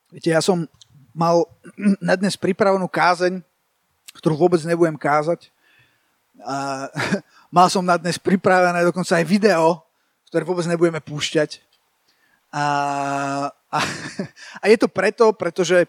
Viete, ja som mal na dnes pripravenú kázeň, ktorú vôbec nebudem kázať. A mal som na dnes pripravené dokonca aj video, ktoré vôbec nebudeme púšťať. A je to pretože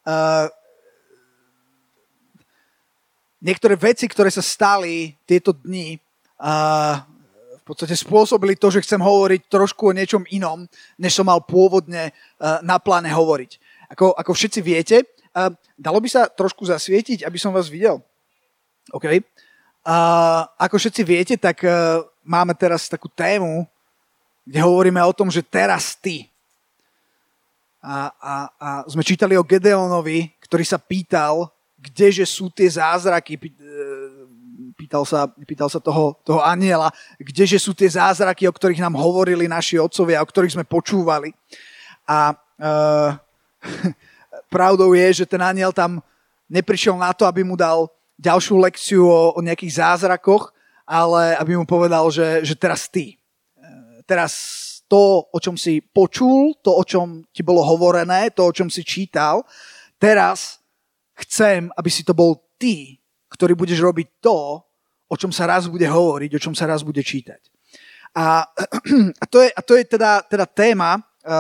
niektoré veci, ktoré sa stali tieto dni, v podstate spôsobili to, že chcem hovoriť trošku o niečom inom, než som mal pôvodne na pláne hovoriť. Ako všetci viete, dalo by sa trošku zasvietiť, aby som vás videl? OK. Ako všetci viete, tak máme teraz takú tému, kde hovoríme o tom, že teraz ty. A sme čítali o Gedeonovi, ktorý sa pýtal, kdeže sú tie zázraky. Pýtal sa toho anjela, kdeže sú tie zázraky, o ktorých nám hovorili naši otcovia, o ktorých sme počúvali. A pravdou je, že ten anjel tam neprišiel na to, aby mu dal ďalšiu lekciu o nejakých zázrakoch, ale aby mu povedal, že teraz ty. Teraz to, o čom si počul, to, o čom ti bolo hovorené, to, o čom si čítal, teraz chcem, aby si to bol ty, ktorý budeš robiť to, o čom sa raz bude hovoriť, o čom sa raz bude čítať. A to je teda téma,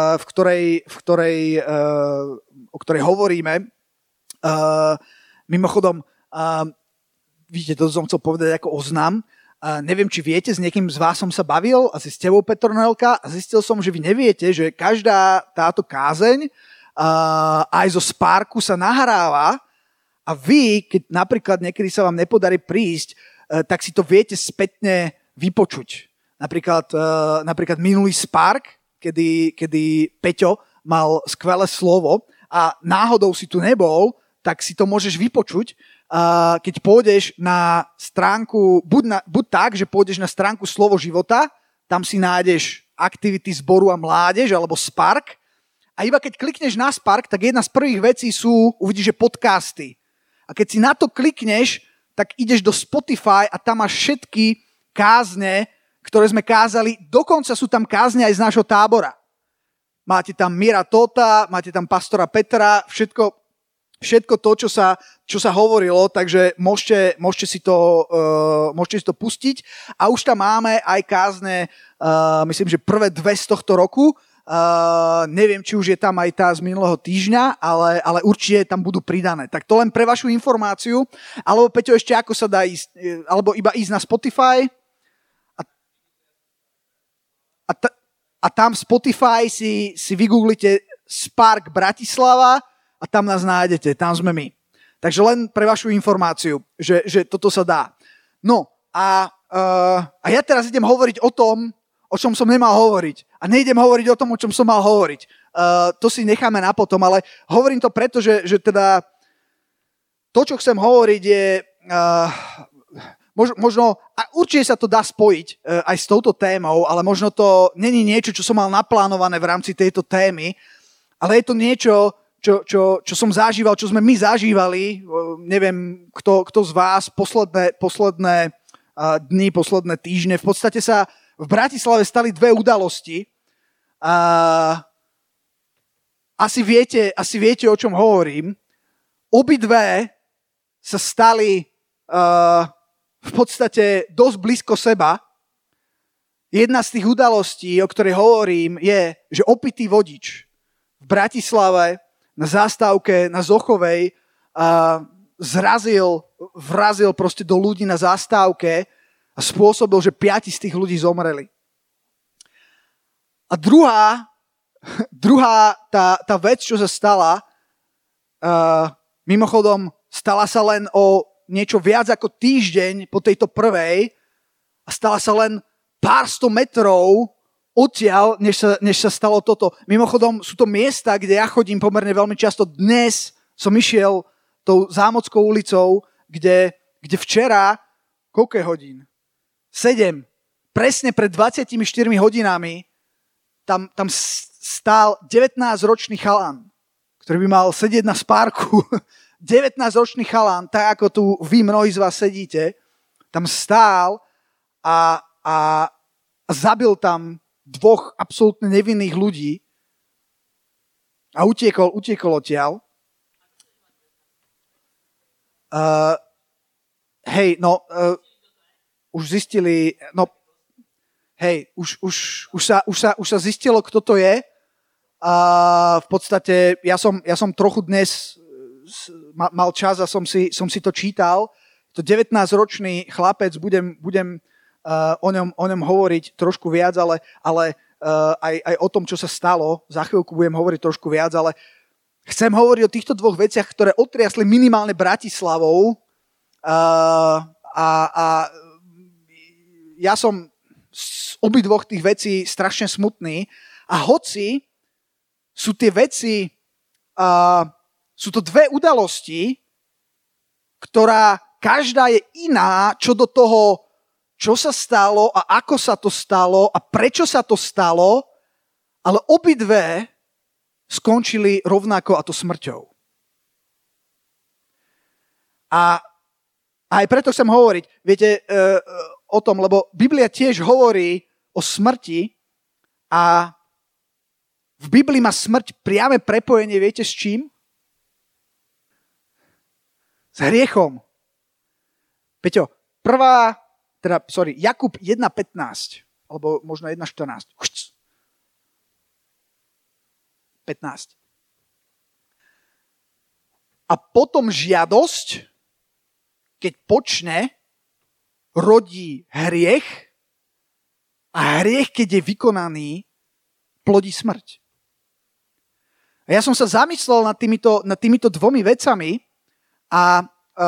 o ktorej hovoríme. Mimochodom, vidíte, to som chcel povedať ako oznam. Neviem, či viete, s niekým z vás som sa bavil, asi s tebou, Petronelka, a zistil som, že vy neviete, že každá táto kázeň aj zo Sparku sa nahráva a vy, keď napríklad niekedy sa vám nepodarí prísť, tak si to viete spätne vypočuť. Napríklad minulý Spark, kedy Peťo mal skvelé slovo a náhodou si tu nebol, tak si to môžeš vypočuť, keď pôjdeš na stránku, buď tak, že pôjdeš na stránku Slovo života, tam si nájdeš aktivity zboru a mládež, alebo Spark, a iba keď klikneš na Spark, tak jedna z prvých vecí uvidíš, že podcasty. A keď si na to klikneš, tak ideš do Spotify a tam máš všetky kázne, ktoré sme kázali, dokonca sú tam kázne aj z nášho tábora. Máte tam Mira Tota, máte tam pastora Petra, všetko to, čo sa hovorilo, takže môžete si to pustiť. A už tam máme aj kázne, myslím, že prvé 2 z tohto roku. Neviem, či už je tam aj tá z minulého týždňa, ale určite tam budú pridané. Tak to len pre vašu informáciu. Alebo Peťo, ešte ako sa dá ísť? Alebo iba ísť na Spotify? A tam v Spotify si vygooglite Spark Bratislava a tam nás nájdete, tam sme my. Takže len pre vašu informáciu, že toto sa dá. No a ja teraz idem hovoriť o tom, o čom som nemal hovoriť. A nejdem hovoriť o tom, o čom som mal hovoriť. To si necháme na potom, ale hovorím to preto, že teda to, čo chcem hovoriť je možno, a určite sa to dá spojiť aj s touto témou, ale možno to není niečo, čo som mal naplánované v rámci tejto témy, ale je to niečo, čo som zažíval, čo sme my zažívali, neviem, kto z vás, posledné dni, posledné týždne. V podstate sa v Bratislave stali 2 udalosti. Asi viete, o čom hovorím. Obidve sa stali v podstate dosť blízko seba. Jedna z tých udalostí, o ktorej hovorím, je, že opitý vodič v Bratislave na zastávke na Zochovej vrazil proste do ľudí na zastávke a spôsobil, že 5 z tých ľudí zomreli. A druhá tá vec, čo sa stala, mimochodom stala sa len o niečo viac ako týždeň po tejto prvej a stala sa len pár 100 metrov odtiaľ, než sa stalo toto. Mimochodom, sú to miesta, kde ja chodím pomerne veľmi často. Dnes som išiel tou Zámockou ulicou, kde včera, koľko je hodín? 7. Presne pred 24 hodinami tam stál 19-ročný chalan, ktorý by mal sedieť na Sparku. 19-ročný chalan, tak ako tu vy mnohí z vás sedíte, tam stál a zabil tam 2 absolútne nevinných ľudí A utiekol odtiaľ. Už zistili, už sa zistilo, kto to je. A v podstate ja som trochu dnes mal čas a som si to čítal. To 19-ročný chlapec, budem o ňom hovoriť trošku viac, ale aj o tom, čo sa stalo. Za chvíľku budem hovoriť trošku viac, ale chcem hovoriť o týchto dvoch veciach, ktoré otriasli minimálne Bratislavou. A ja som z obidvoch tých vecí strašne smutný. A hoci sú tie veci, sú to dve udalosti, ktorá každá je iná, čo do toho, čo sa stalo a ako sa to stalo a prečo sa to stalo, ale obidve skončili rovnako, a to smrťou. A aj preto chcem hovoriť, viete, o tom, lebo Biblia tiež hovorí o smrti a v Biblii má smrť priame prepojenie, viete s čím? S hriechom. Peťo, Jakub 1.15, alebo možno 1.14. 15. A potom žiadosť, keď počne, rodí hriech a hriech, keď je vykonaný, plodí smrť. A ja som sa zamyslel nad týmito dvomi vecami a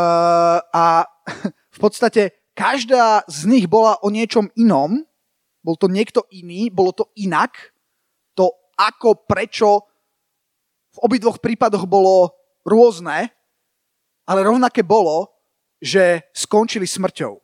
v podstate každá z nich bola o niečom inom. Bol to niekto iný, bolo to inak. To ako, prečo v obidvoch prípadoch bolo rôzne, ale rovnaké bolo, že skončili smrťou.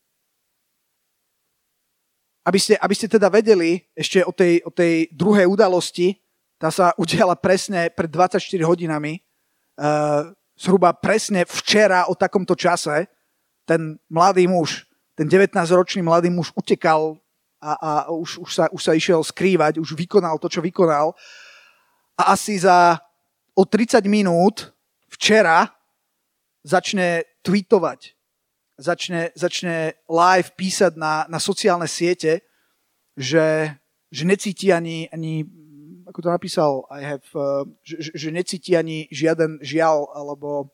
Aby ste teda vedeli ešte o tej druhej udalosti, tá sa udiala presne pred 24 hodinami, zhruba presne včera o takomto čase. Ten mladý muž, ten 19-ročný mladý muž utekal a už sa išiel skrývať, už vykonal to, čo vykonal. A asi o 30 minút včera začne tweetovať, začne live písať na sociálne siete, že necíti ani ako to napísal, že necíti ani žiaden žiaľ, alebo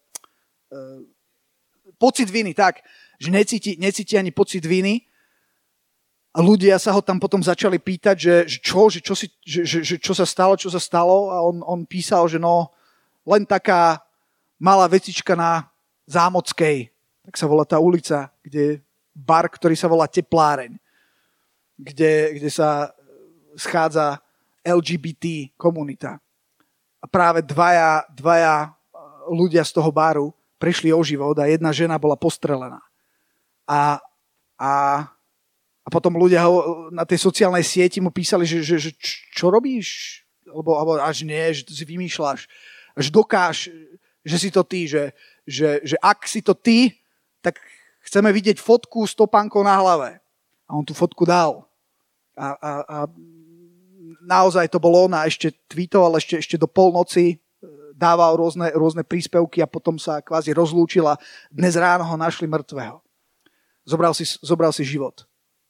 pocit viny, tak, že necíti ani pocit viny. A ľudia sa ho tam potom začali pýtať, že čo sa stalo, a on písal, že len taká malá vecička na Zámockej, tak sa volá tá ulica, kde bar, ktorý sa volá Tepláreň, kde sa schádza LGBT komunita. A práve dvaja ľudia z toho baru prišli o život a jedna žena bola postrelená. A potom ľudia na tej sociálnej sieti mu písali, že čo robíš? Alebo až nie, že to si vymýšľaš. Až dokáž, že si to ty, že ak si to ty, tak chceme vidieť fotku s topánkou na hlave. A on tú fotku dal. A naozaj to bolo on a ešte tweetoval, ešte do polnoci dával rôzne príspevky a potom sa kvázi rozlúčila. Dnes ráno ho našli mŕtvého. Zobral si život.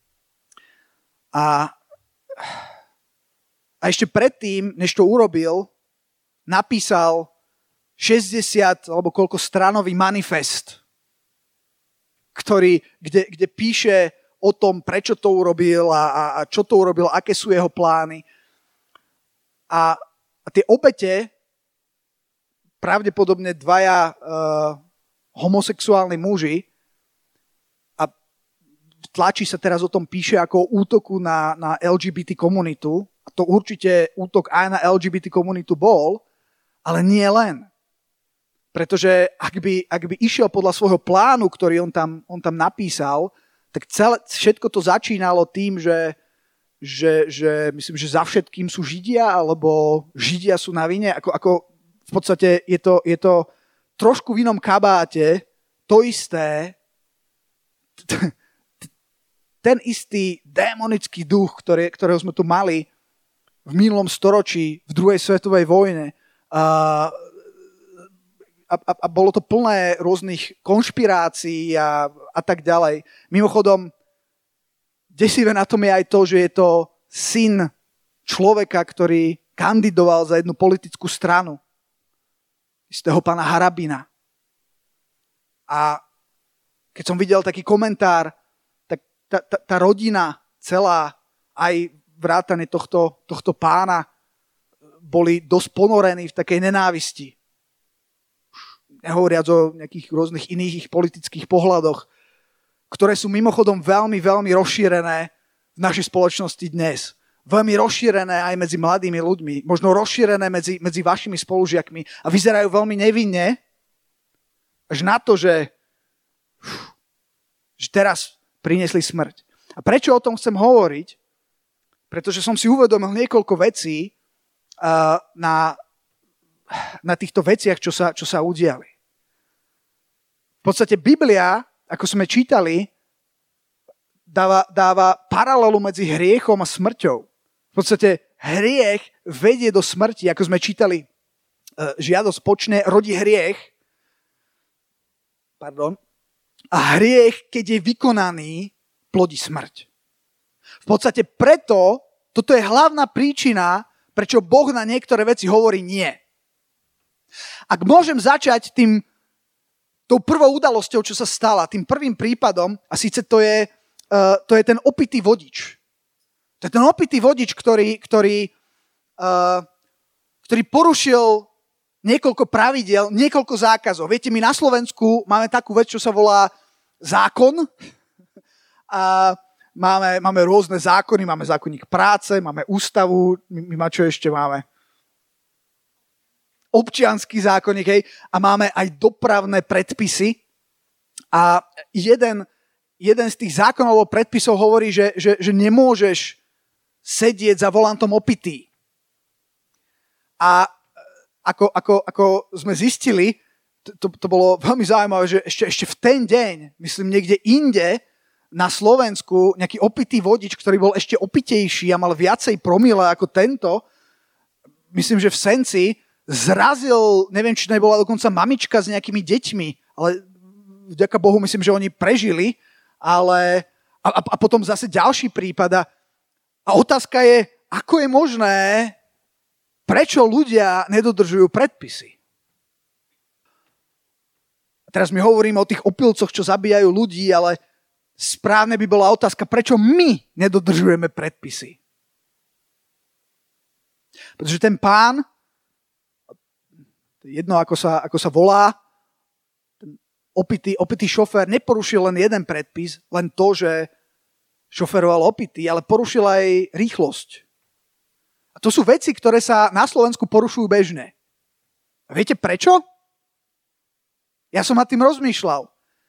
A ešte predtým, než to urobil, napísal 60 alebo koľko stranový manifest, kde píše o tom, prečo to urobil a čo to urobil, aké sú jeho plány. A tie obete, pravdepodobne dvaja homosexuálni muži, a v tlači sa teraz o tom píše ako o útoku na LGBT komunitu, a to určite útok aj na LGBT komunitu bol, ale nie len. Pretože ak by išiel podľa svojho plánu, ktorý on tam napísal, tak všetko to začínalo tým, že myslím, že za všetkým sú Židia, alebo Židia sú na vine. Ako v podstate je to trošku v inom kabáte, to isté, ten istý démonický duch, ktorého sme tu mali v minulom storočí, v druhej svetovej vojne, a bolo to plné rôznych konšpirácií a tak ďalej. Mimochodom, desivé na tom je aj to, že je to syn človeka, ktorý kandidoval za jednu politickú stranu. Istého pána Harabina. A keď som videl taký komentár, tak tá rodina celá, aj vrátane tohto pána, boli dosť ponorení v takej nenávisti. Nehovoriac o nejakých rôznych iných ich politických pohľadoch, ktoré sú mimochodom veľmi, veľmi rozšírené v našej spoločnosti dnes. Veľmi rozšírené aj medzi mladými ľuďmi, možno rozšírené medzi vašimi spolužiakmi a vyzerajú veľmi nevinne, až na to, že teraz priniesli smrť. A prečo o tom chcem hovoriť? Pretože som si uvedomil niekoľko vecí na týchto veciach, čo sa udiali. V podstate Biblia, ako sme čítali, dáva paralelu medzi hriechom a smrťou. V podstate hriech vedie do smrti, ako sme čítali, žiadosť počne, rodí hriech. A hriech, keď je vykonaný, plodí smrť. V podstate preto, toto je hlavná príčina, prečo Boh na niektoré veci hovorí nie. Ak môžem začať tou prvou udalosťou, čo sa stala, tým prvým prípadom, a síce to je ten opitý vodič. To je ten opitý vodič, ktorý porušil niekoľko pravidiel, niekoľko zákazov. Viete, my na Slovensku máme takú vec, čo sa volá zákon. A máme rôzne zákony, máme zákonník práce, máme ústavu, my čo ešte máme? Občiansky zákonník, hej, a máme aj dopravné predpisy. A jeden z tých zákonov alebo predpisov hovorí, že nemôžeš sedieť za volantom opitý. A ako sme zistili, to bolo veľmi zaujímavé, že ešte v ten deň, myslím niekde inde, na Slovensku nejaký opitý vodič, ktorý bol ešte opitejší a mal viacej promile ako tento, myslím, že v Senci, zrazil, neviem, či nebola dokonca mamička s nejakými deťmi, ale vďaka Bohu myslím, že oni prežili, ale a potom zase ďalší prípad. A otázka je, ako je možné, prečo ľudia nedodržujú predpisy. A teraz my hovoríme o tých opilcoch, čo zabíjajú ľudí, ale správne by bola otázka, prečo my nedodržujeme predpisy. Pretože ten pán, jedno ako sa volá, ten opitý šofér neporušil len jeden predpis, len to, že šoféroval opitý, ale porušil aj rýchlosť. A to sú veci, ktoré sa na Slovensku porušujú bežne. A viete prečo? Ja som nad tým rozmýšľal.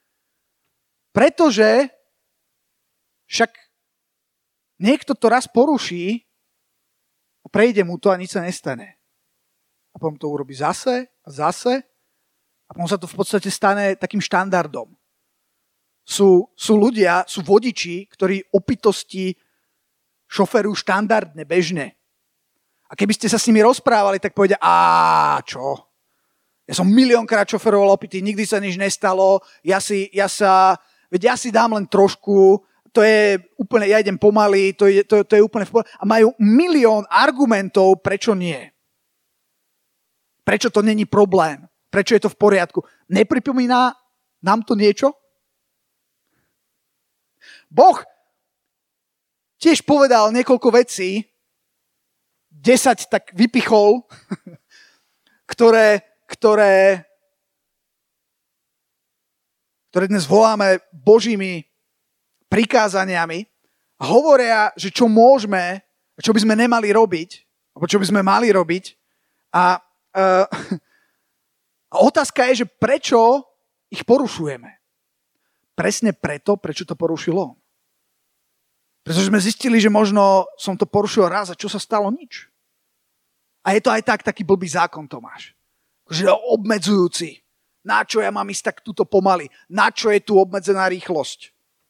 Pretože však niekto to raz poruší a prejde mu to a nič sa nestane. A potom to urobí zase a zase a potom sa to v podstate stane takým štandardom. Sú ľudia, sú vodiči, ktorí opitosti šoferujú štandardne, bežne. A keby ste sa s nimi rozprávali, tak povedia, čo? Ja som miliónkrát šoferoval opitý, nikdy sa nič nestalo, ja si dám len trošku, to je úplne, ja idem pomaly, to je úplne v pohode. A majú milión argumentov, prečo nie. Prečo to není problém? Prečo je to v poriadku? Nepripomína nám to niečo? Boh tiež povedal niekoľko vecí, 10 tak vypichol, ktoré dnes voláme Božími prikázaniami a hovoria, že čo môžeme, čo by sme nemali robiť, alebo čo by sme mali robiť. A otázka je, že prečo ich porušujeme. Presne preto, prečo to porušil on. Pretože sme zistili, že možno som to porušil raz a čo sa stalo? Nič. A je to aj taký blbý zákon, Tomáš. Že obmedzujúci. Na čo ja mám ísť tak túto pomaly? Na čo je tu obmedzená rýchlosť?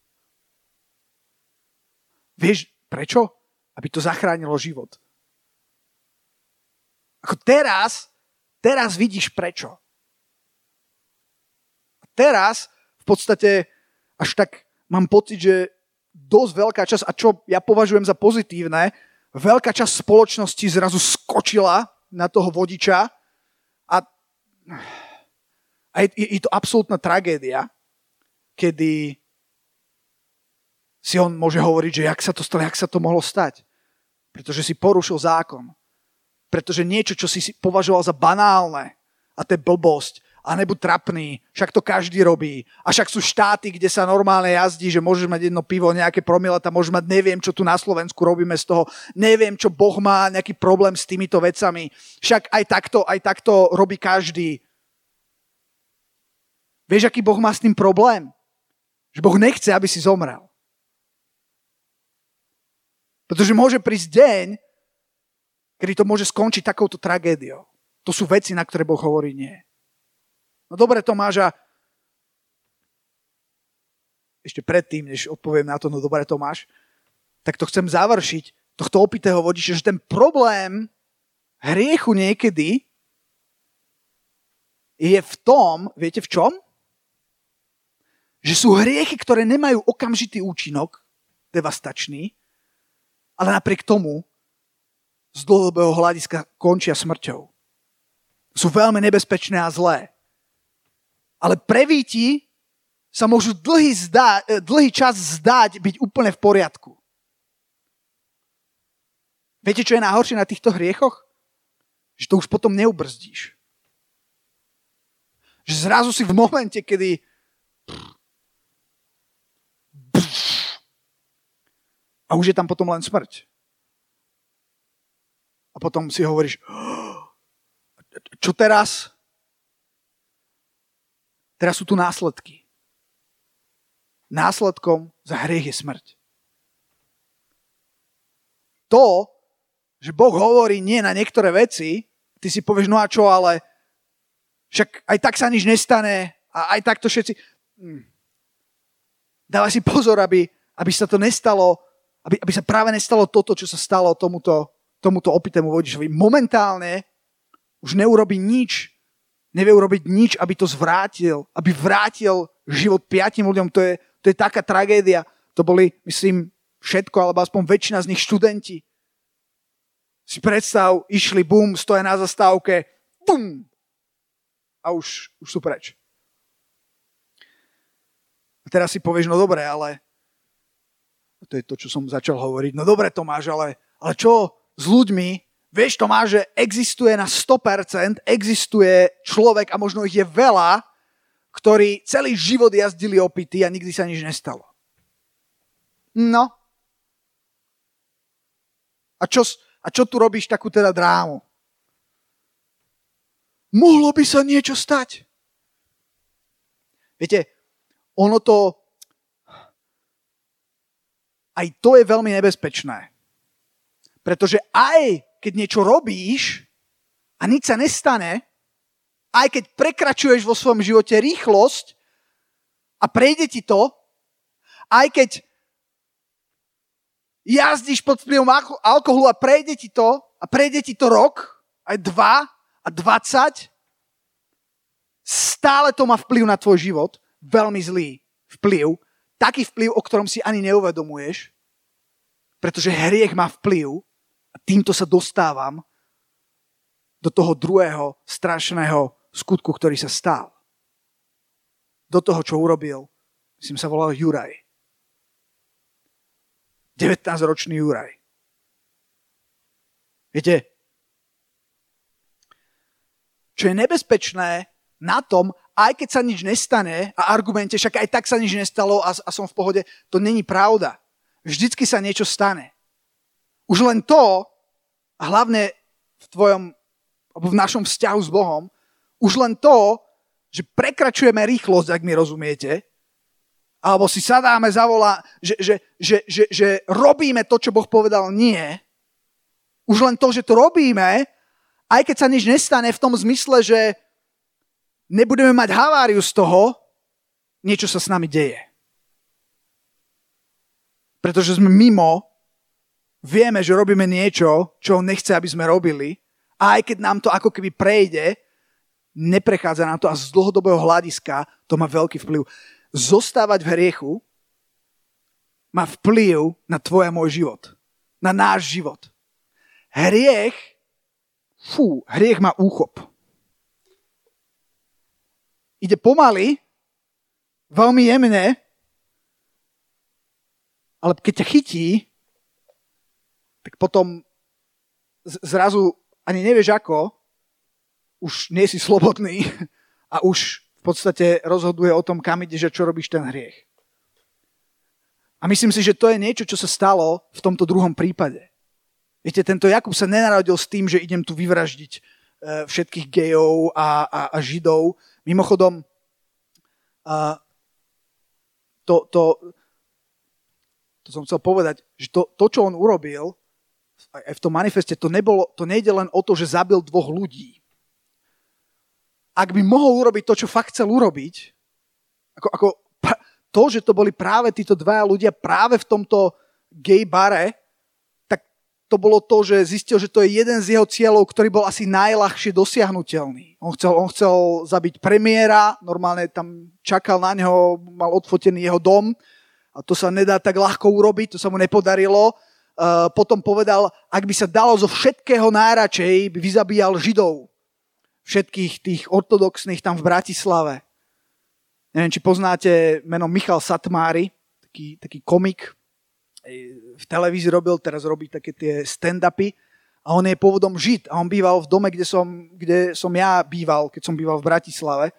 Vieš prečo? Aby to zachránilo život. Ako teraz teraz vidíš prečo. A teraz v podstate až tak mám pocit, že dosť veľká časť, a čo ja považujem za pozitívne, veľká časť spoločnosti zrazu skočila na toho vodiča a je to absolútna tragédia, kedy si on môže hovoriť, že jak sa to stalo, jak sa to mohlo stať. Pretože si porušil zákon. Pretože niečo, čo si považoval za banálne, a to je blbosť, a nebuď trapný, však to každý robí. A však sú štáty, kde sa normálne jazdí, že môžeš mať jedno pivo, nejaké promile, tam môžeš mať, neviem, čo tu na Slovensku robíme z toho, neviem, čo Boh má nejaký problém s týmito vecami. Však aj takto robí každý. Vieš, aký Boh má s tým problém? Že Boh nechce, aby si zomrel. Pretože môže prísť deň, kedy to môže skončiť takouto tragédiou. To sú veci, na ktoré Boh hovorí nie. No dobre, Tomáš, a ešte predtým, než odpoviem na to, no dobre, Tomáš, tak to chcem završiť, tohto opitého vodiča, že ten problém hriechu niekedy je v tom, viete v čom? Že sú hriechy, ktoré nemajú okamžitý účinok, devastačný, ale napriek tomu z dlhodobého hľadiska končia smrťou. Sú veľmi nebezpečné a zlé. Ale prevíti sa môžu dlhý čas zdať byť úplne v poriadku. Viete, čo je najhoršie na týchto hriechoch? Že to už potom neubrzdíš. Že zrazu si v momente, kedy a už je tam potom len smrť. A potom si hovoríš, čo teraz? Teraz sú tu následky. Následkom za hriech je smrť. To, že Boh hovorí nie na niektoré veci, ty si povieš, no a čo, ale však aj tak sa nič nestane a aj tak to všetci... Dávaj si pozor, aby sa to nestalo, aby sa práve nestalo toto, čo sa stalo tomuto opitému vodičovi. Momentálne už nevie urobiť nič, aby to zvrátil, aby vrátil život 5 ľuďom. To je taká tragédia. To boli, myslím, všetko, alebo aspoň väčšina z nich študenti. Si predstav, išli, bum, stoja na zastávke, bum, a už sú preč. A teraz si povieš, no dobre, ale to je to, čo som začal hovoriť. No dobre, Tomáš, ale čo s ľuďmi? Vieš, Tomáš, že existuje na 100%, existuje človek, a možno ich je veľa, ktorí celý život jazdili opití a nikdy sa nič nestalo. No. A čo tu robíš takú teda drámu? Mohlo by sa niečo stať. Viete, aj to je veľmi nebezpečné. Pretože aj keď niečo robíš a nič sa nestane, aj keď prekračuješ vo svojom živote rýchlosť a prejde ti to, aj keď jazdíš pod vplyvom alkoholu a prejde ti to rok, aj 2 a 20, stále to má vplyv na tvoj život, veľmi zlý vplyv, taký vplyv, o ktorom si ani neuvedomuješ, pretože hriech má vplyv. A týmto sa dostávam do toho druhého strašného skutku, ktorý sa stal. Do toho, čo urobil, myslím, sa volal Juraj. 19-ročný Juraj. Viete, čo je nebezpečné na tom, aj keď sa nič nestane a argumente, však aj tak sa nič nestalo a som v pohode, to není pravda. Vždycky sa niečo stane. Už len to, a hlavne v našom vzťahu s Bohom, už len to, že prekračujeme rýchlosť, ak mi rozumiete, alebo si sadáme za vola, že robíme to, čo Boh povedal nie, už len to, že to robíme, aj keď sa nič nestane v tom zmysle, že nebudeme mať haváriu z toho, niečo sa s nami deje. Pretože sme mimo, vieme, že robíme niečo, čo on nechce, aby sme robili, a aj keď nám to ako keby prejde, neprechádza na to a z dlhodobého hľadiska to má veľký vplyv. Zostávať v hriechu má vplyv na tvoj a môj život. Na náš život. Hriech má úchop. Ide pomaly, veľmi jemne, ale keď ťa chytí, tak potom zrazu ani nevieš ako, už nie si slobodný a už v podstate rozhoduje o tom, kam ideš a čo robíš ten hriech. A myslím si, že to je niečo, čo sa stalo v tomto druhom prípade. Viete, tento Jakub sa nenarodil s tým, že idem tu vyvraždiť všetkých gejov a židov. Mimochodom, to som chcel povedať, že to, čo on urobil aj v tom manifeste, to nejde len o to, že zabil 2 ľudí. Ak by mohol urobiť to, čo fakt chcel urobiť, to, že to boli práve títo 2 ľudia práve v tomto gay bare, tak to bolo to, že zistil, že to je jeden z jeho cieľov, ktorý bol asi najľahšie dosiahnutelný. On chcel zabiť premiéra, normálne tam čakal na neho, mal odfotený jeho dom a to sa nedá tak ľahko urobiť, to sa mu nepodarilo. Potom povedal, ak by sa dalo zo všetkého najradšej, by vyzabíjal Židov. Všetkých tých ortodoxných tam v Bratislave. Neviem, či poznáte meno Michal Satmári, taký komik. V televízii teraz robí také tie stand-upy a on je pôvodom Žid a on býval v dome, kde som ja býval, keď som býval v Bratislave.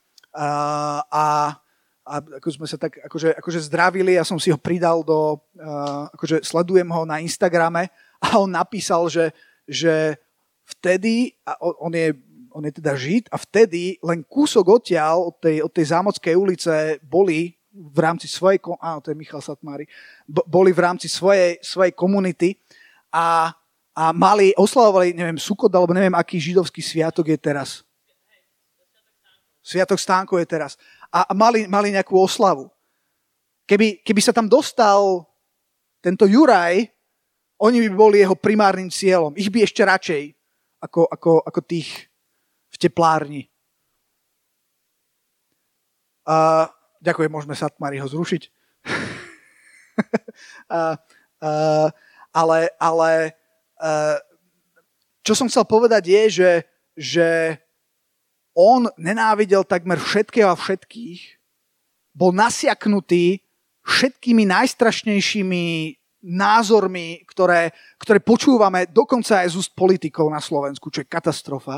A ako sme sa tak akože zdravili, ja som si ho pridal akože sledujem ho na Instagrame a on napísal, že vtedy, a on je teda Žid a vtedy len kúsok odtiaľ od tej Zámockej ulice boli v rámci svojej, to je Michal Satmári, boli v rámci svojej komunity a oslavovali, neviem, Sukot, alebo neviem, aký židovský sviatok je teraz. Sviatok stánkov je teraz. A mali nejakú oslavu. Keby sa tam dostal tento Juraj, oni by boli jeho primárnym cieľom. Ich by ešte radšej ako tých v teplárni. Ďakujem, môžeme Satmáriho zrušiť. Ale čo som chcel povedať je, že on nenávidel takmer všetkého a všetkých, bol nasiaknutý všetkými najstrašnejšími názormi, ktoré počúvame dokonca aj z úst politikov na Slovensku, čo je katastrofa.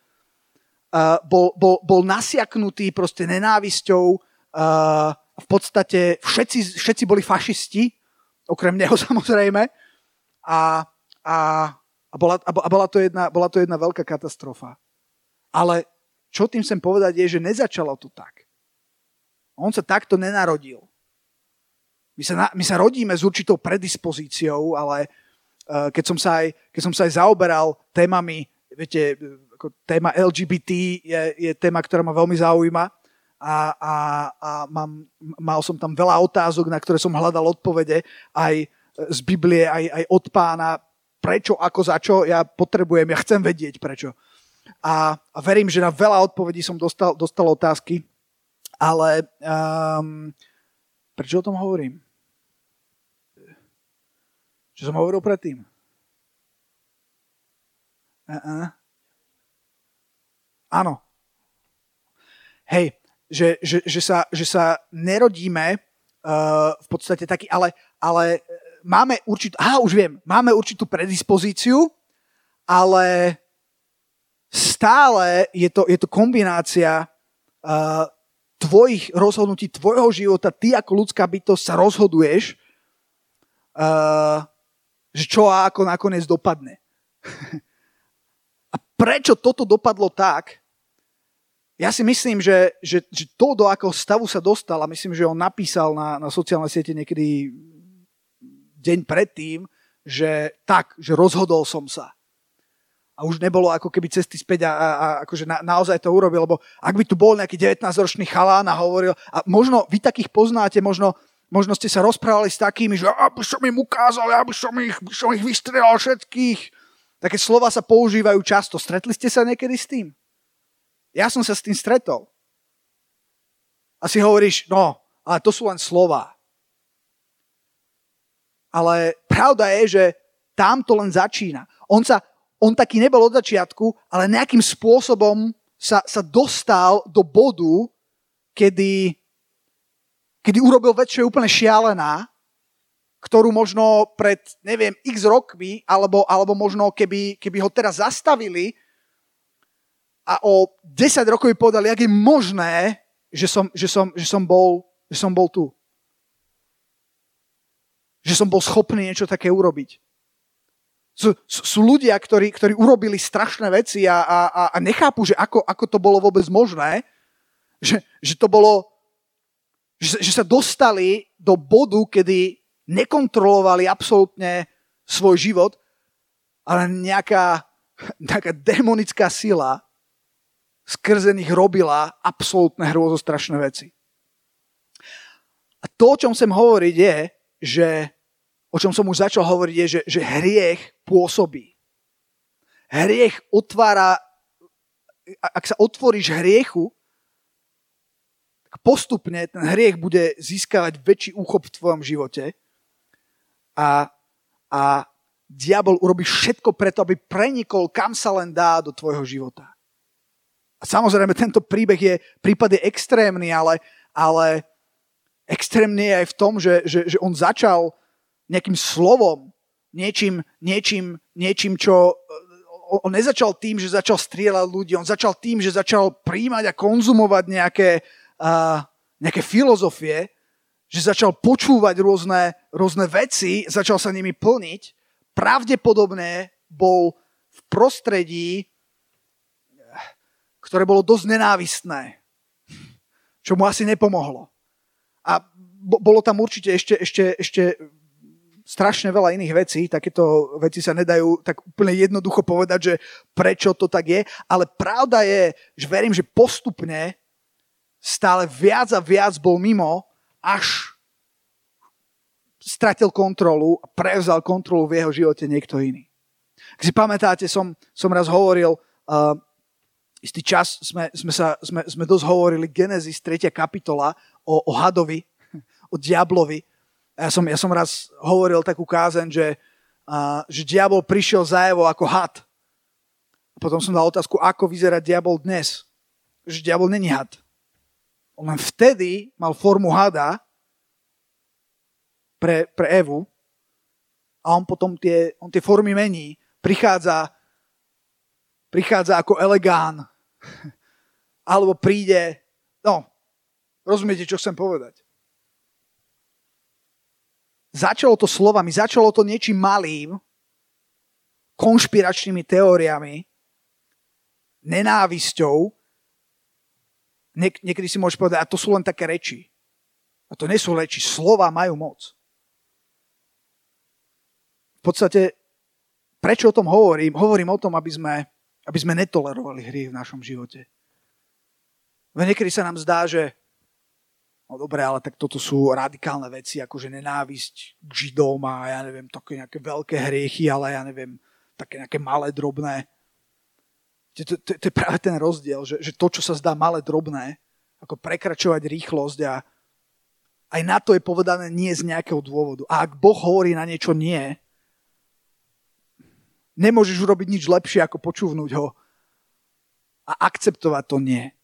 Bol nasiaknutý proste nenávisťou. V podstate všetci boli fašisti, okrem neho samozrejme. A bola to jedna veľká katastrofa. Ale čo tým chcem povedať je, že nezačalo to tak. On sa takto nenarodil. My sa rodíme s určitou predispozíciou, ale keď som sa aj zaoberal témami, viete, ako téma LGBT je téma, ktorá ma veľmi zaujíma a mal som tam veľa otázok, na ktoré som hľadal odpovede aj z Biblie, aj od Pána. Prečo, ako, za čo, ja chcem vedieť prečo. A verím, že na veľa odpovedí som dostal otázky, ale prečo o tom hovorím? Čo som hovoril predtým? Áno. Hej, že sa nerodíme v podstate taký, ale máme určitú, máme určitú predispozíciu, ale stále je to kombinácia tvojich rozhodnutí, tvojho života, ty ako ľudská bytosť sa rozhoduješ, že čo a ako nakoniec dopadne. A prečo toto dopadlo tak? Ja si myslím, že to, do akého stavu sa dostal, a myslím, že on napísal na sociálnej siete niekedy deň predtým, že rozhodol som sa. A už nebolo ako keby cesty späť a akože naozaj to urobil, lebo ak by tu bol nejaký 19-ročný chalán a hovoril, a možno vy takých poznáte, možno ste sa rozprávali s takými, že by som im ukázal, by som ich vystrelal všetkých. Také slova sa používajú často. Stretli ste sa niekedy s tým? Ja som sa s tým stretol. A si hovoríš, no, ale to sú len slová. Ale pravda je, že tam to len začína. On taký nebol od začiatku, ale nejakým spôsobom sa dostal do bodu, kedy urobil vec, čo je úplne šialená, ktorú možno pred, neviem, x rokmi, alebo možno keby ho teraz zastavili a o 10 rokov by povedali, jak je možné, že som bol tu. Že som bol schopný niečo také urobiť. Sú ľudia, ktorí urobili strašné veci a nechápu, že ako to bolo vôbec možné, že to bolo, že sa dostali do bodu, kedy nekontrolovali absolútne svoj život, ale nejaká démonická sila skrze nich robila absolútne hrôzostrašné veci. A to, o čom chcem hovoriť, je, že o čom som už začal hovoriť, je, že hriech pôsobí. Hriech otvára, ak sa otvoríš hriechu, tak postupne ten hriech bude získavať väčší úchop v tvojom živote a diabol urobí všetko preto, aby prenikol kam sa len dá do tvojho života. A samozrejme, tento príbeh prípad je extrémny, ale extrémny je aj v tom, že on začal nejakým slovom, niečím, čo... On nezačal tým, že začal strieľať ľudí, on začal tým, že začal príjmať a konzumovať nejaké filozofie, že začal počúvať rôzne veci, začal sa nimi plniť. Pravdepodobne bol v prostredí, ktoré bolo dosť nenávistné, čo mu asi nepomohlo. A bolo tam určite ešte strašne veľa iných vecí, takéto veci sa nedajú tak úplne jednoducho povedať, že prečo to tak je, ale pravda je, že verím, že postupne stále viac a viac bol mimo, až stratil kontrolu a prevzal kontrolu v jeho živote niekto iný. Ak si pamätáte, som raz hovoril, istý čas sme dosť hovorili Genesis 3. kapitola o hadovi, o diablovi. Ja som raz hovoril takú kázeň, že diabol prišiel za Evou ako had. A potom som dal otázku, ako vyzerá diabol dnes. Že diabol není had. On len vtedy mal formu hada pre Evu a on potom tie formy mení. Prichádza ako elegán. Alebo príde... No, rozumiete, čo chcem povedať. Začalo to slovami, začalo to niečím malým, konšpiračnými teóriami, nenávisťou. Niekedy si môžeš povedať, a to sú len také reči. A to nie sú reči, slova majú moc. V podstate, prečo o tom hovorím? Hovorím o tom, aby sme netolerovali hriech v našom živote. Niekedy sa nám zdá, že no dobre, ale tak toto sú radikálne veci, akože nenávisť k Židom a ja neviem, také nejaké veľké hriechy, ale ja neviem, také nejaké malé, drobné. To je práve ten rozdiel, že to, čo sa zdá malé, drobné, ako prekračovať rýchlosť a aj na to je povedané nie z nejakého dôvodu. A ak Boh hovorí na niečo nie, nemôžeš urobiť nič lepšie, ako počúvnuť ho a akceptovať to nie.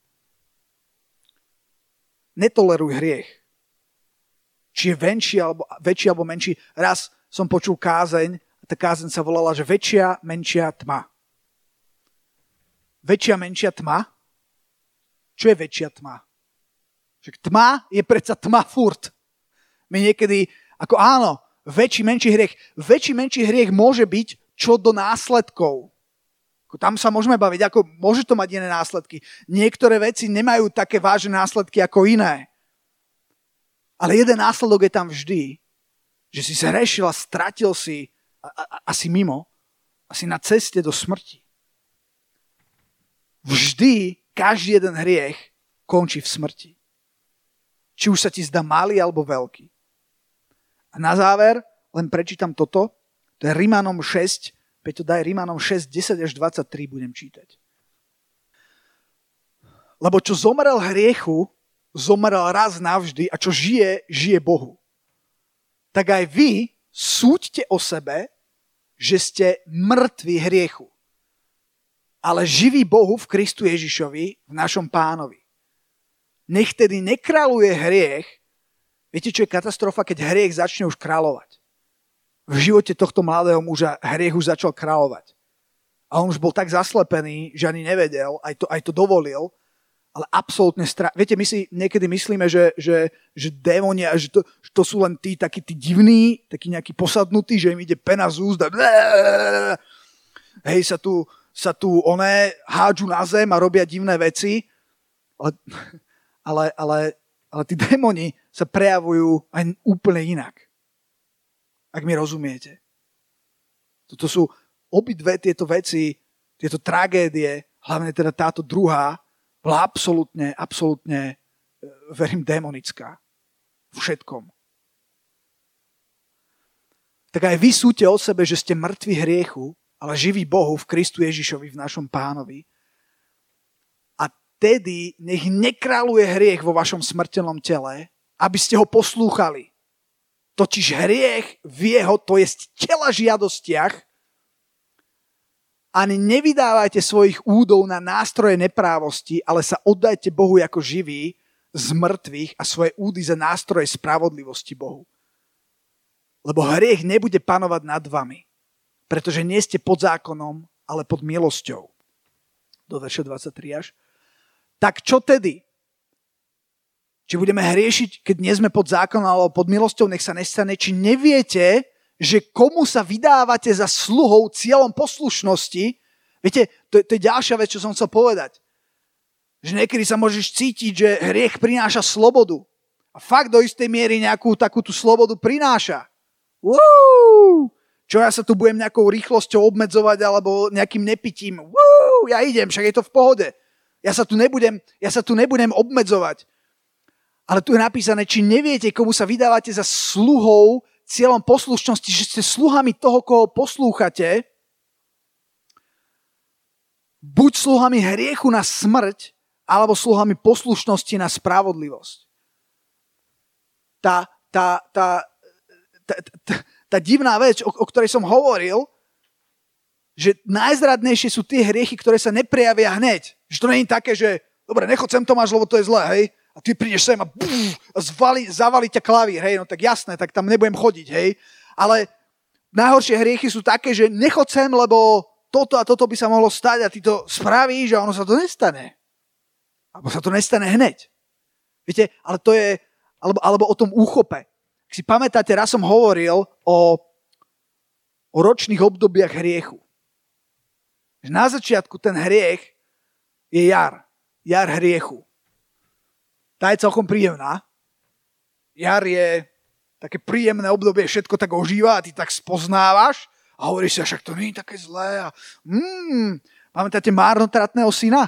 Netoleruj hriech. Či je väčší alebo menší. Raz som počul kázeň a tá kázeň sa volala, že väčšia, menšia tma. Väčšia, menšia tma? Čo je väčšia tma? Však tma je predsa tma furt. My niekedy, ako áno, väčší, menší hriech. Väčší, menší hriech môže byť čo do následkov. Tam sa môžeme baviť, ako môže to mať iné následky. Niektoré veci nemajú také vážne následky ako iné. Ale jeden následok je tam vždy, že si zhrešil a stratil si asi mimo, asi na ceste do smrti. Vždy každý jeden hriech končí v smrti. Či už sa ti zdá malý alebo veľký. A na záver len prečítam toto. To je Rimanom 6, Peťo daj Rimanom 6, 10 až 23 budem čítať. Lebo čo zomrel hriechu, zomrel raz navždy a čo žije, žije Bohu. Tak aj vy súďte o sebe, že ste mŕtvi hriechu, ale živí Bohu v Kristu Ježišovi, v našom Pánovi. Nech tedy nekráľuje hriech. Viete, čo je katastrofa, keď hriech začne už kráľovať? V živote tohto mladého muža hriech už začal kráľovať. A on už bol tak zaslepený, že ani nevedel, aj to dovolil, ale absolútne Viete, my si niekedy myslíme, že démonia, že to sú len tí takí tí divní, takí nejakí posadnutí, že im ide pena z úst a hej, sa tu oné hádžu na zem a robia divné veci, ale tí démoni sa prejavujú aj úplne inak. Ak mi rozumiete. Toto sú obidve tieto veci, tieto tragédie, hlavne teda táto druhá, bola absolútne, verím, démonická. Všetkom. Tak aj vy súďte o sebe, že ste mŕtvi hriechu, ale živí Bohu v Kristu Ježišovi, v našom Pánovi. A tedy nech nekráľuje hriech vo vašom smrteľnom tele, aby ste ho poslúchali. Totiž hriech v jeho, to jest tela žiadostiach, ani nevydávajte svojich údov na nástroje neprávosti, ale sa oddajte Bohu ako živí z mŕtvych a svoje údy za nástroje spravodlivosti Bohu. Lebo hriech nebude panovať nad vami, pretože nie ste pod zákonom, ale pod milosťou. Do verša 23 až. Tak čo tedy? Či budeme hriešiť, keď nie sme pod zákonom alebo pod milosťou, nech sa nestane. Či neviete, že komu sa vydávate za sluhou cieľom poslušnosti? Viete, to je ďalšia vec, čo som chcel povedať. Že niekedy sa môžeš cítiť, že hriech prináša slobodu. A fakt do istej miery nejakú takú tú slobodu prináša. Čo ja sa tu budem nejakou rýchlosťou obmedzovať alebo nejakým nepitím. Ja idem, však je to v pohode. Ja sa tu nebudem obmedzovať. Ale tu je napísané, či neviete, komu sa vydávate za sluhou cieľom poslušnosti, že ste sluhami toho, koho poslúchate, buď sluhami hriechu na smrť, alebo sluhami poslušnosti na spravodlivosť. Tá divná vec, o ktorej som hovoril, že najzradnejšie sú tie hriechy, ktoré sa neprejavia hneď. Že to nie je také, že dobre, nechoď sem Tomáš, lebo to je zlé, hej? A ty prídeš sem a zavali ťa klavír, hej, no tak jasné, tak tam nebudem chodiť, hej. Ale najhoršie hriechy sú také, že nechoď sem, lebo toto a toto by sa mohlo stať a ty to spravíš a ono sa to nestane. Alebo sa to nestane hneď. Viete, ale to je, alebo o tom úchope. Ak si pamätáte, raz som hovoril o ročných obdobiach hriechu. Že na začiatku ten hriech je jar hriechu. Tá je celkom príjemná. Jar je také príjemné obdobie, všetko tak ožíva a ty tak spoznávaš a hovoríš si, však to nie je také zlé. Pamätáte márnotratného syna?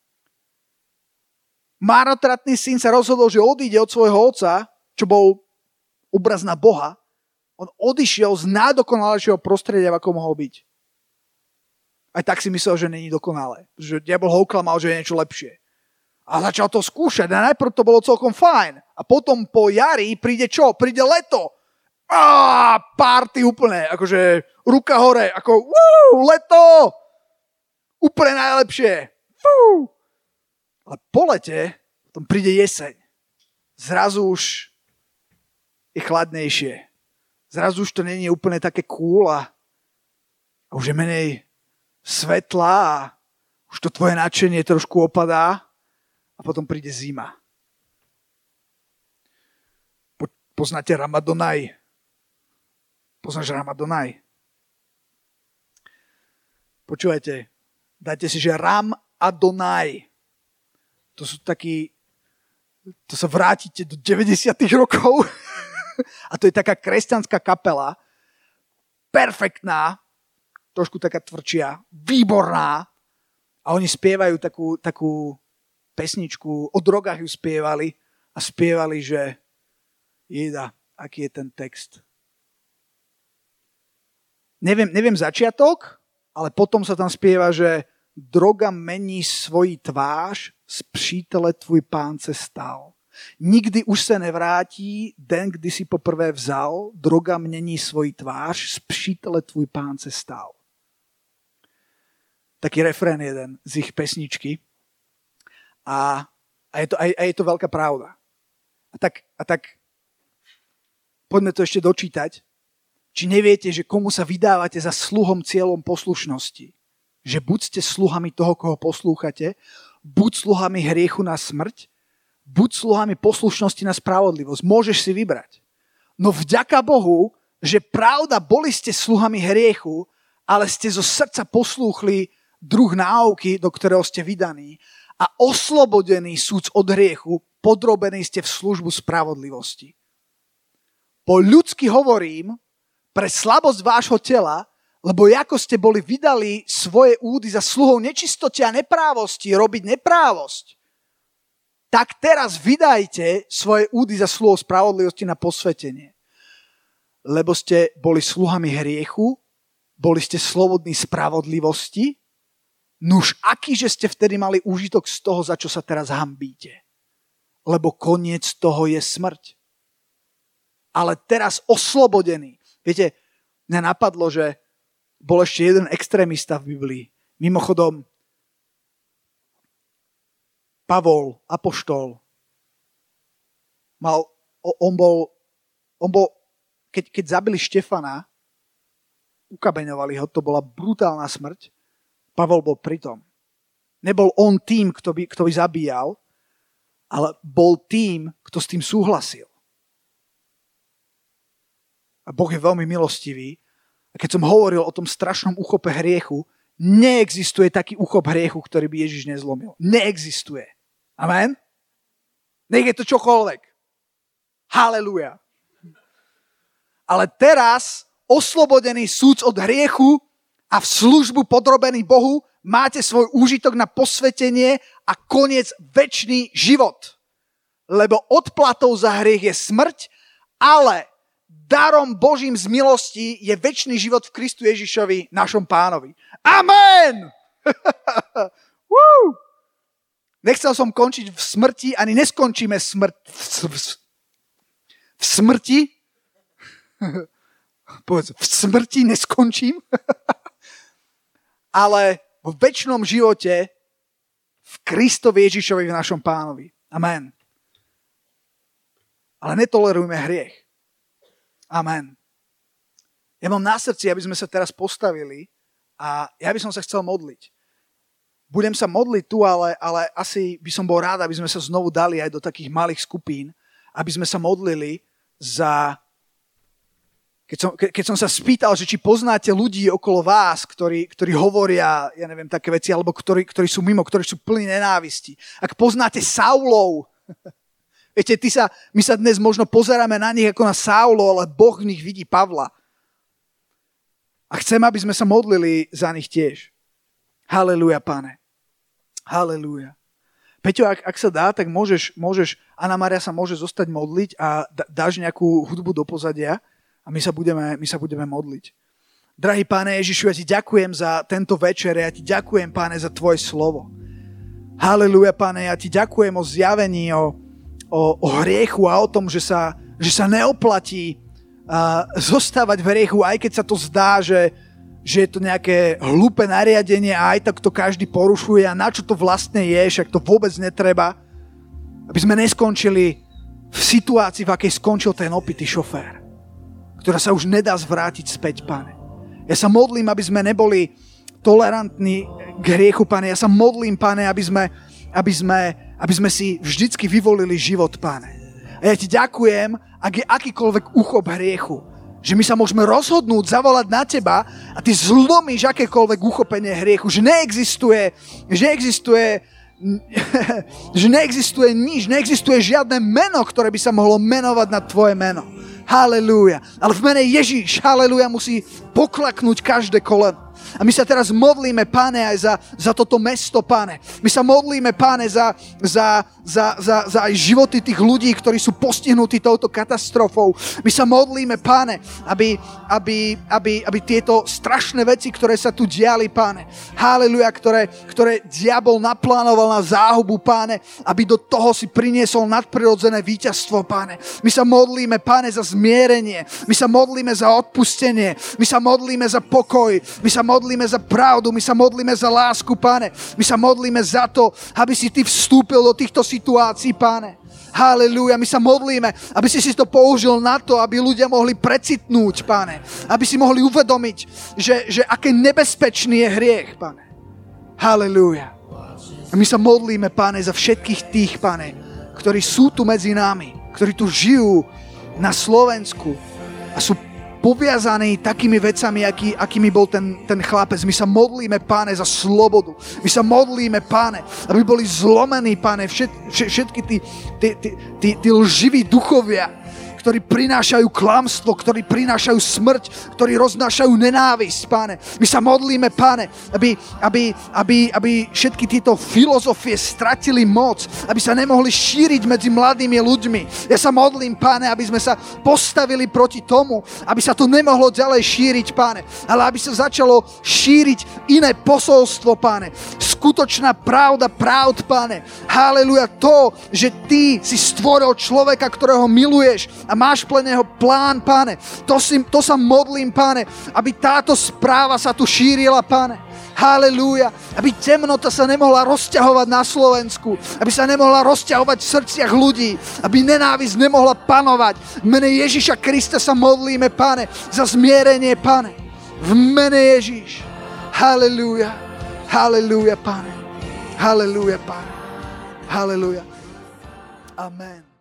Márnotratný syn sa rozhodol, že odíde od svojho otca, čo bol obraz na Boha. On odišiel z najdokonalejšieho prostredia, ako mohol byť. Aj tak si myslel, že není dokonalé. Že diabol ho oklamal, že je niečo lepšie. A začal to skúšať. A najprv to bolo celkom fajn. A potom po jari príde čo? Príde leto. Party úplne. Akože ruka hore. Ako leto. Úplne najlepšie. Ale po lete potom príde jeseň. Zrazu už je chladnejšie. Zrazu už to nie je úplne také cool a už je menej svetla a už to tvoje nadšenie trošku opadá. A potom príde zima. Poznáte Ramadonaj? Poznáš Ramadonaj? Počúvajte, dajte si, že Ram Adonaj. To sú takí, to sa vrátite do 90. rokov a to je taká kresťanská kapela, perfektná, trošku taká tvrdšia, výborná a oni spievajú takú pesničku, o drogách ju spievali a spievali, že jeda, aký je ten text. Neviem začiatok, ale potom sa tam spieva, že droga mení svoji tvář, z přítele tvůj pán se stal. Nikdy už se nevrátí den, kdy si poprvé vzal, droga mění svoji tvář, z přítele tvůj pán se stal. Taký refrén jeden z ich pesničky. A je to veľká pravda. A tak poďme to ešte dočítať. Či neviete, že komu sa vydávate za sluhom cieľom poslušnosti? Že buď ste sluhami toho, koho poslúchate, buď sluhami hriechu na smrť, buď sluhami poslušnosti na spravodlivosť. Môžeš si vybrať. No vďaka Bohu, že pravda, boli ste sluhami hriechu, ale ste zo srdca poslúchli druh náuky, do ktorého ste vydaní a oslobodení súc od hriechu, podrobení ste v službu spravodlivosti. Po ľudsky hovorím, pre slabosť vášho tela, lebo ako ste boli vydali svoje údy za sluhou nečistoty a neprávosti, robiť neprávosť, tak teraz vydajte svoje údy za sluhou spravodlivosti na posvetenie. Lebo ste boli sluhami hriechu, boli ste slobodní spravodlivosti, nuž akýže ste vtedy mali úžitok z toho, za čo sa teraz hanbíte. Lebo koniec toho je smrť. Ale teraz oslobodený. Viete, mňa napadlo, že bol ešte jeden extrémista v Biblii. Mimochodom, Pavol, apoštol, on bol keď zabili Štefana, ukabeňovali ho, to bola brutálna smrť, Pavol bol pritom. Nebol on tým, kto by zabíjal, ale bol tým, kto s tým súhlasil. A Boh je veľmi milostivý. A keď som hovoril o tom strašnom úchope hriechu, neexistuje taký úchop hriechu, ktorý by Ježiš nezlomil. Neexistuje. Amen? Nech je to čokoľvek. Haleluja. Ale teraz, oslobodený súc od hriechu a v službu podrobený Bohu, máte svoj úžitok na posvetenie a koniec večný život. Lebo odplatou za hriech je smrť, ale darom Božím z milosti je večný život v Kristu Ježišovi, našom pánovi. Amen! Nechcel som končiť v smrti, ani neskončíme v smrti. Povedz, v smrti neskončím. Ale v večnom živote v Kristovi Ježišovi, v našom pánovi. Amen. Ale netolerujme hriech. Amen. Ja mám na srdci, aby sme sa teraz postavili a ja by som sa chcel modliť. Budem sa modliť tu, ale asi by som bol rád, aby sme sa znovu dali aj do takých malých skupín, aby sme sa modlili za... Keď som sa spýtal, že či poznáte ľudí okolo vás, ktorí hovoria, ja neviem, také veci, alebo ktorí sú mimo, ktorí sú plní nenávisti. Ak poznáte Saulov, viete, my sa dnes možno pozeráme na nich ako na Saulov, ale Boh v nich vidí Pavla. A chcem, aby sme sa modlili za nich tiež. Halelúja, Pane. Halelúja. Peťo, ak sa dá, tak môžeš, Anna Maria sa môže zostať modliť a dáš nejakú hudbu do pozadia a my sa budeme modliť. Drahý Pane Ježišu, ja ti ďakujem za tento večer, ja ti ďakujem, Pane, za tvoje slovo. Halelúja, Pane, ja ti ďakujem o zjavení, o hriechu a o tom, že sa neoplatí zostávať v hriechu, aj keď sa to zdá, že je to nejaké hlúpe nariadenie a aj tak to každý porušuje a na čo to vlastne je, však to vôbec netreba. Aby sme neskončili v situácii, v akej skončil ten opitý šofér, ktorá sa už nedá zvrátiť späť, Pane. Ja sa modlím, aby sme neboli tolerantní k hriechu, Pane. Ja sa modlím, Pane, aby sme si vždycky vyvolili život, Pane. A ja ti ďakujem, ak je akýkoľvek úchop hriechu, že my sa môžeme rozhodnúť zavolať na teba a ty zlomíš akékoľvek uchopenie hriechu, že neexistuje nič, neexistuje žiadne meno, ktoré by sa mohlo menovať na tvoje meno. Halelúja. Ale v mene Ježíš, halelúja, musí poklaknúť každé koleno. A my sa teraz modlíme, Pane, aj za toto mesto, Pane. My sa modlíme, Pane, za aj životy tých ľudí, ktorí sú postihnutí touto katastrofou. My sa modlíme, Pane, aby tieto strašné veci, ktoré sa tu diali, Pane, haleluja, ktoré diabol naplánoval na záhubu, Pane, aby do toho si priniesol nadprirodzené víťazstvo, Pane. My sa modlíme, Pane, za zmierenie. My sa modlíme za odpustenie. My sa modlíme za pokoj. My sa modlíme za pravdu. My sa modlíme za lásku, Pane. My sa modlíme za to, aby si Ty vstúpil do týchto situácií, Pane. Halelúja, my sa modlíme, aby si to použil na to, aby ľudia mohli precitnúť, Pane. Aby si mohli uvedomiť, že aké nebezpečný je hriech, Pane. Halelúja. A my sa modlíme, Pane, za všetkých tých, Pane, ktorí sú tu medzi nami, ktorí tu žijú na Slovensku a sú poviazaní takými vecami, akými bol ten chlapec. My sa modlíme, Páne, za slobodu. My sa modlíme, Páne, aby boli zlomení, Páne, všetky tí lživí duchovia, ktorí prinášajú klamstvo, ktorí prinášajú smrť, ktorí roznášajú nenávisť, Páne. My sa modlíme, Páne, aby všetky tieto filozofie stratili moc, aby sa nemohli šíriť medzi mladými ľuďmi. Ja sa modlím, Páne, aby sme sa postavili proti tomu, aby sa to nemohlo ďalej šíriť, Páne, ale aby sa začalo šíriť iné posolstvo, Páne. Skutočná pravda, Páne. Haleluja, to, že Ty si stvoril človeka, ktorého miluješ a máš pre neho plán, Páne. To sa modlím, Páne, aby táto správa sa tu šírila, Páne. Halelúja. Aby temnota sa nemohla rozťahovať na Slovensku. Aby sa nemohla rozťahovať v srdciach ľudí. Aby nenávisť nemohla panovať. V mene Ježiša Krista sa modlíme, Páne, za zmierenie, Páne. V mene Ježiš. Halelúja. Halelúja, Páne. Halelúja, Páne. Halelúja. Amen.